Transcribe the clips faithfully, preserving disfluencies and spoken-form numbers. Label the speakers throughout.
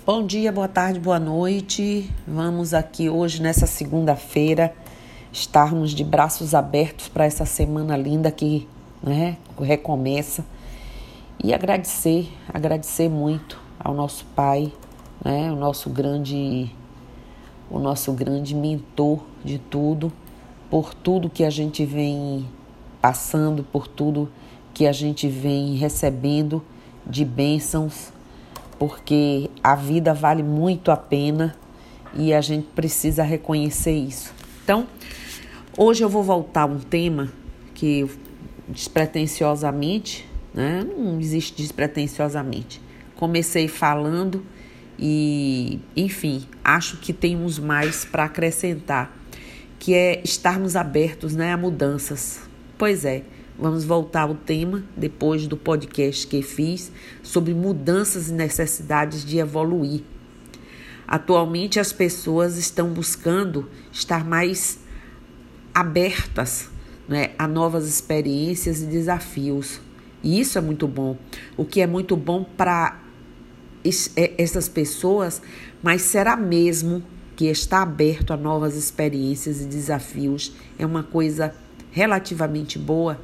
Speaker 1: Bom dia, boa tarde, boa noite. Vamos aqui hoje, nessa segunda-feira, estarmos de braços abertos para essa semana linda que, né, recomeça. E agradecer, agradecer muito ao nosso Pai, né, o nosso grande, o nosso grande mentor de tudo, por tudo que a gente vem passando, por tudo que a gente vem recebendo de bênçãos, porque a vida vale muito a pena e a gente precisa reconhecer isso. Então, hoje eu vou voltar a um tema que despretensiosamente, né, não existe despretensiosamente, comecei falando e, enfim, acho que temos mais para acrescentar, que é estarmos abertos, né, a mudanças. Pois é. Vamos voltar ao tema, depois do podcast que fiz, sobre mudanças e necessidades de evoluir. Atualmente, as pessoas estão buscando estar mais abertas, né, a novas experiências e desafios. E isso é muito bom. O que é muito bom para essas pessoas, mas será mesmo que estar aberto a novas experiências e desafios é uma coisa relativamente boa?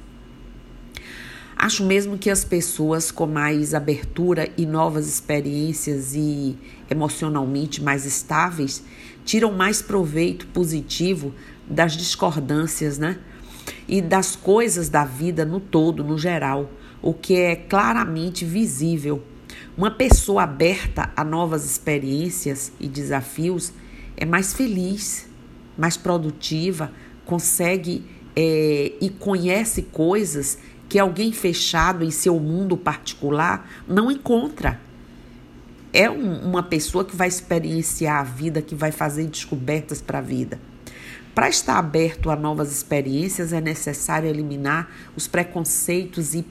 Speaker 1: Acho mesmo que as pessoas com mais abertura e novas experiências e emocionalmente mais estáveis tiram mais proveito positivo das discordâncias, né? E das coisas da vida no todo, no geral, o que é claramente visível. Uma pessoa aberta a novas experiências e desafios é mais feliz, mais produtiva, consegue é, e conhece coisas que alguém fechado em seu mundo particular não encontra. É um, uma pessoa que vai experienciar a vida, que vai fazer descobertas para a vida. Para estar aberto a novas experiências, é necessário eliminar os preconceitos e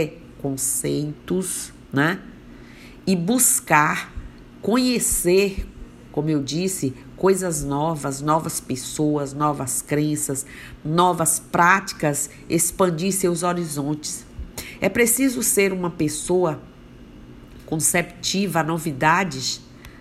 Speaker 1: preconceitos, né? E buscar conhecer, como eu disse, coisas novas, novas pessoas, novas crenças, novas práticas, expandir seus horizontes. É preciso ser uma pessoa conceptiva a novidades,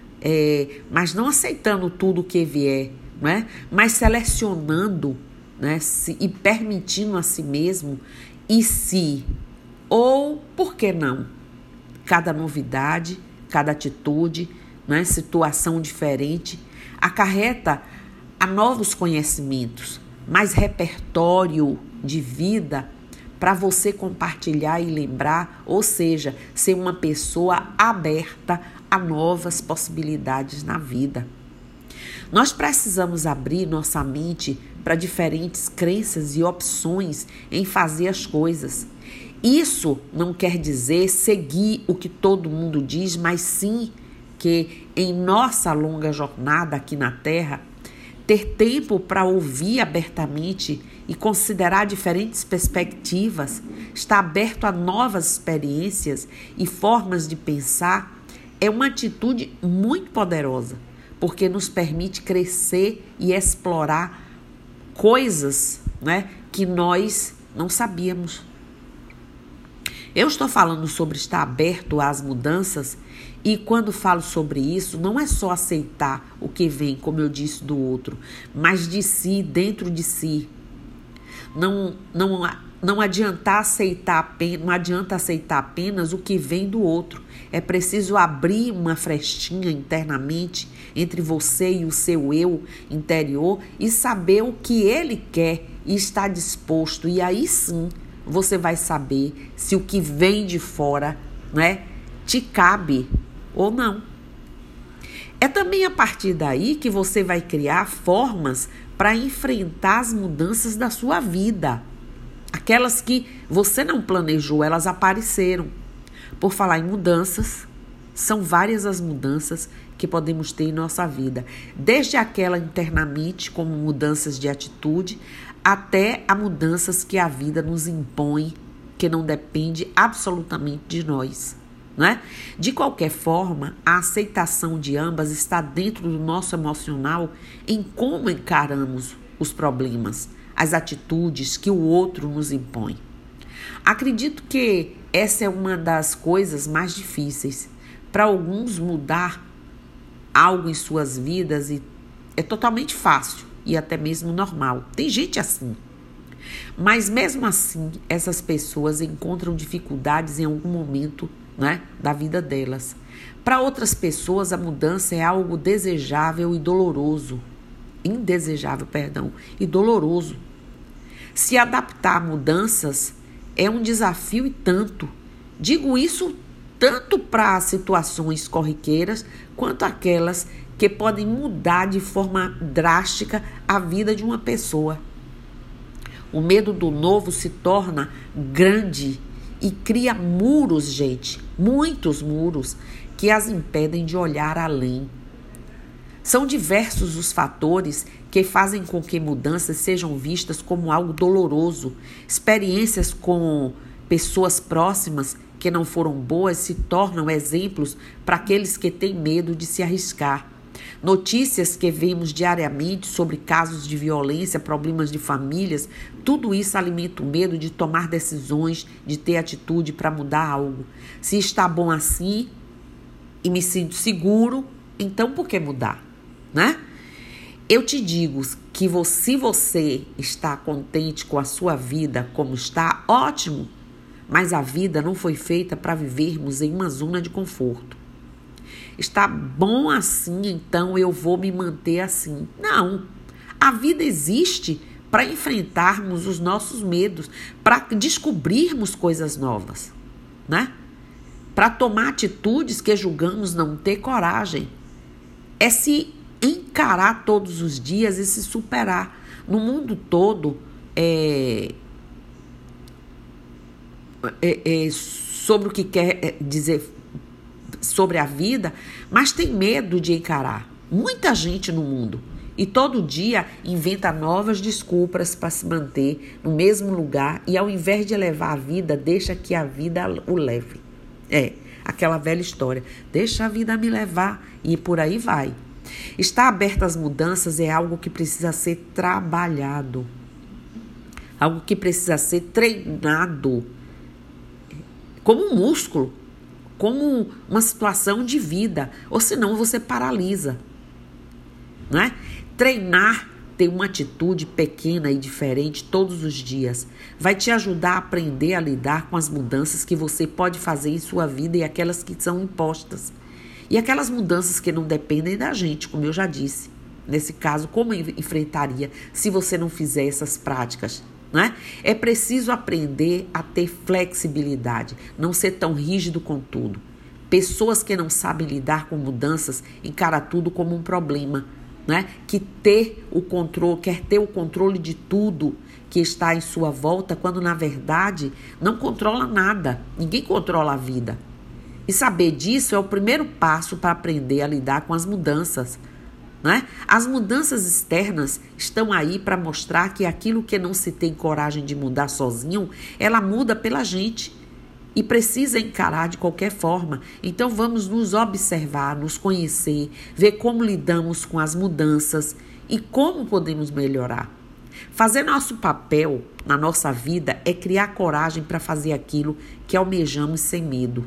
Speaker 1: é, mas não aceitando tudo o que vier, né? Mas selecionando, né, se, e permitindo a si mesmo e se, ou por que não, cada novidade, cada atitude, né, situação diferente, acarreta a novos conhecimentos, mais repertório de vida para você compartilhar e lembrar, ou seja, ser uma pessoa aberta a novas possibilidades na vida. Nós precisamos abrir nossa mente para diferentes crenças e opções em fazer as coisas. Isso não quer dizer seguir o que todo mundo diz, mas sim que em nossa longa jornada aqui na Terra, ter tempo para ouvir abertamente e considerar diferentes perspectivas, estar aberto a novas experiências e formas de pensar, é uma atitude muito poderosa, porque nos permite crescer e explorar coisas, né, que nós não sabíamos. Eu estou falando sobre estar aberto às mudanças e quando falo sobre isso, não é só aceitar o que vem, como eu disse, do outro, mas de si, dentro de si. Não, não, não, adianta aceitar apenas, não adianta aceitar apenas o que vem do outro. É preciso abrir uma frestinha internamente entre você e o seu eu interior e saber o que ele quer e está disposto. E aí sim, você vai saber se o que vem de fora, né, te cabe ou não. É também a partir daí que você vai criar formas para enfrentar as mudanças da sua vida. Aquelas que você não planejou, elas apareceram. Por falar em mudanças, são várias as mudanças que podemos ter em nossa vida. Desde aquela internamente, como mudanças de atitude, até a mudanças que a vida nos impõe, que não depende absolutamente de nós, né? De qualquer forma, a aceitação de ambas está dentro do nosso emocional em como encaramos os problemas, as atitudes que o outro nos impõe. Acredito que essa é uma das coisas mais difíceis, Para alguns, mudar algo em suas vidas é totalmente fácil e até mesmo normal. Tem gente assim. Mas mesmo assim, essas pessoas encontram dificuldades em algum momento, né, da vida delas. Para outras pessoas, a mudança é algo desejável e doloroso. Indesejável, perdão, e doloroso. Se adaptar a mudanças é um desafio e tanto. Digo isso tanto para situações corriqueiras quanto aquelas que podem mudar de forma drástica a vida de uma pessoa. O medo do novo se torna grande e cria muros, gente, muitos muros, que as impedem de olhar além. São diversos os fatores que fazem com que mudanças sejam vistas como algo doloroso. Experiências com pessoas próximas que não foram boas se tornam exemplos para aqueles que têm medo de se arriscar. Notícias que vemos diariamente sobre casos de violência, problemas de famílias, tudo isso alimenta o medo de tomar decisões, de ter atitude para mudar algo. Se está bom assim e me sinto seguro, então por que mudar, né? Eu te digo que se você está contente com a sua vida como está, ótimo, mas a vida não foi feita para vivermos em uma zona de conforto. Está bom assim, então eu vou me manter assim. Não, a vida existe para enfrentarmos os nossos medos, para descobrirmos coisas novas, né? Para tomar atitudes que julgamos não ter coragem. É se encarar todos os dias e se superar. No mundo todo, é, é, é sobre o que quer dizer sobre a vida, mas tem medo de encarar. Muita gente no mundo. E todo dia inventa novas desculpas para se manter no mesmo lugar e ao invés de levar a vida, deixa que a vida o leve. É, aquela velha história. Deixa a vida me levar e por aí vai. Estar aberto às mudanças é algo que precisa ser trabalhado. Algo que precisa ser treinado. Como um músculo. Como uma situação de vida, ou senão você paralisa, né? Treinar, ter uma atitude pequena e diferente todos os dias, vai te ajudar a aprender a lidar com as mudanças que você pode fazer em sua vida e aquelas que são impostas. E aquelas mudanças que não dependem da gente, como eu já disse. Nesse caso, como enfrentaria se você não fizer essas práticas? Né? É preciso aprender a ter flexibilidade, não ser tão rígido com tudo. Pessoas que não sabem lidar com mudanças encaram tudo como um problema, né? Que ter o controle, quer ter o controle de tudo que está em sua volta, quando na verdade não controla nada, ninguém controla a vida. E saber disso é o primeiro passo para aprender a lidar com as mudanças. Né? As mudanças externas estão aí para mostrar que aquilo que não se tem coragem de mudar sozinho, ela muda pela gente e precisa encarar de qualquer forma. Então vamos nos observar, nos conhecer, ver como lidamos com as mudanças e como podemos melhorar. Fazer nosso papel na nossa vida é criar coragem para fazer aquilo que almejamos sem medo,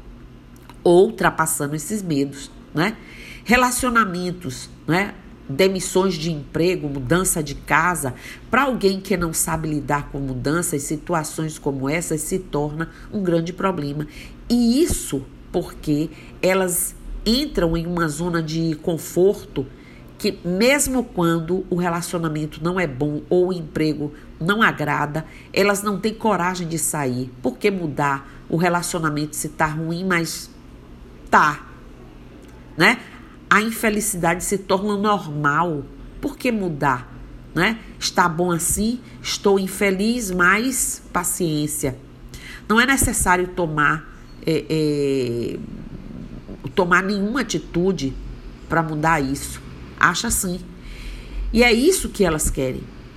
Speaker 1: ou ultrapassando esses medos, né? Relacionamentos, né? Demissões de emprego, mudança de casa, para alguém que não sabe lidar com mudanças, situações como essas se torna um grande problema. E isso porque elas entram em uma zona de conforto que mesmo quando o relacionamento não é bom ou o emprego não agrada, elas não têm coragem de sair. Por que mudar o relacionamento se está ruim, mas tá, né? A infelicidade se torna normal. Por que mudar? Né? Está bom assim, estou infeliz, mas paciência. Não é necessário tomar, é, é, tomar nenhuma atitude para mudar isso. Acha sim. E é isso que elas querem.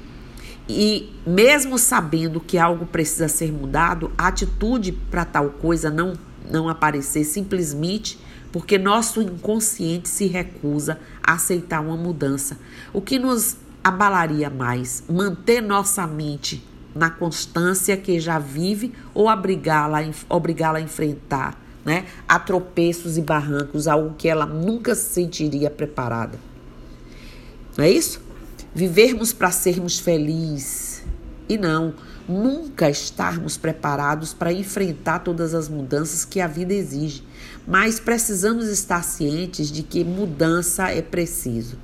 Speaker 1: E mesmo sabendo que algo precisa ser mudado, a atitude para tal coisa não, não aparecer simplesmente porque nosso inconsciente se recusa a aceitar uma mudança. O que nos abalaria mais? Manter nossa mente na constância que já vive ou obrigá-la, obrigá-la a enfrentar né, a tropeços e barrancos, algo que ela nunca se sentiria preparada. Não é isso? Vivermos para sermos felizes e não, nunca estarmos preparados para enfrentar todas as mudanças que a vida exige. Mas precisamos estar cientes de que mudança é preciso.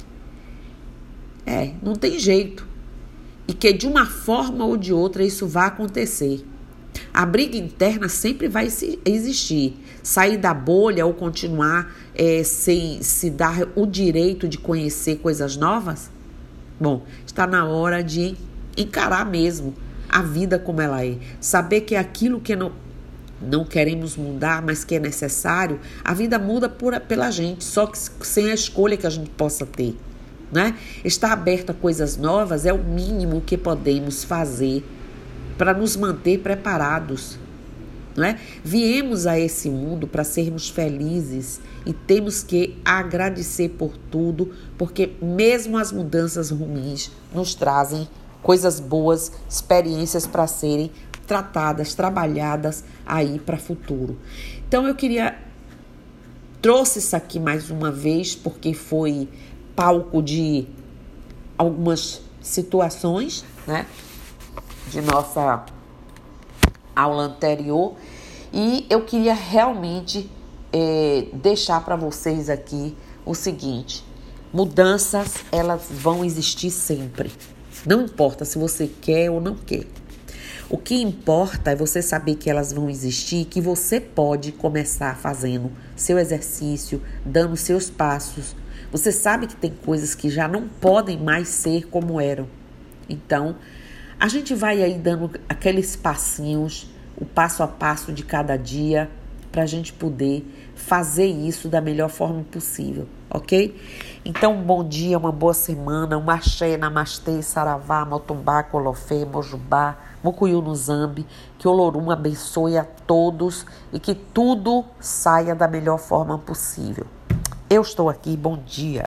Speaker 1: É, não tem jeito. E que de uma forma ou de outra isso vai acontecer. A briga interna sempre vai existir. Sair da bolha ou continuar é, sem se dar o direito de conhecer coisas novas? Bom, está na hora de encarar mesmo a vida como ela é. Saber que aquilo que não, não queremos mudar, mas que é necessário, a vida muda por, pela gente, só que sem a escolha que a gente possa ter. Né? Estar aberto a coisas novas é o mínimo que podemos fazer para nos manter preparados. Né? Viemos a esse mundo para sermos felizes e temos que agradecer por tudo, porque mesmo as mudanças ruins nos trazem coisas boas, experiências para serem tratadas, trabalhadas aí para o futuro. Então eu queria, trouxe isso aqui mais uma vez, porque foi palco de algumas situações, né, de nossa aula anterior, e eu queria realmente é, deixar para vocês aqui o seguinte: mudanças, elas vão existir sempre, não importa se você quer ou não quer. O que importa é você saber que elas vão existir, que você pode começar fazendo seu exercício, dando seus passos. Você sabe que tem coisas que já não podem mais ser como eram. Então, a gente vai aí dando aqueles passinhos, o passo a passo de cada dia, para a gente poder fazer isso da melhor forma possível, ok? Então, um bom dia, uma boa semana, um axé, namastê, saravá, motumbá, colofé, mojubá, mucuyu no zambi, que Olorum abençoe a todos e que tudo saia da melhor forma possível. Eu estou aqui, bom dia.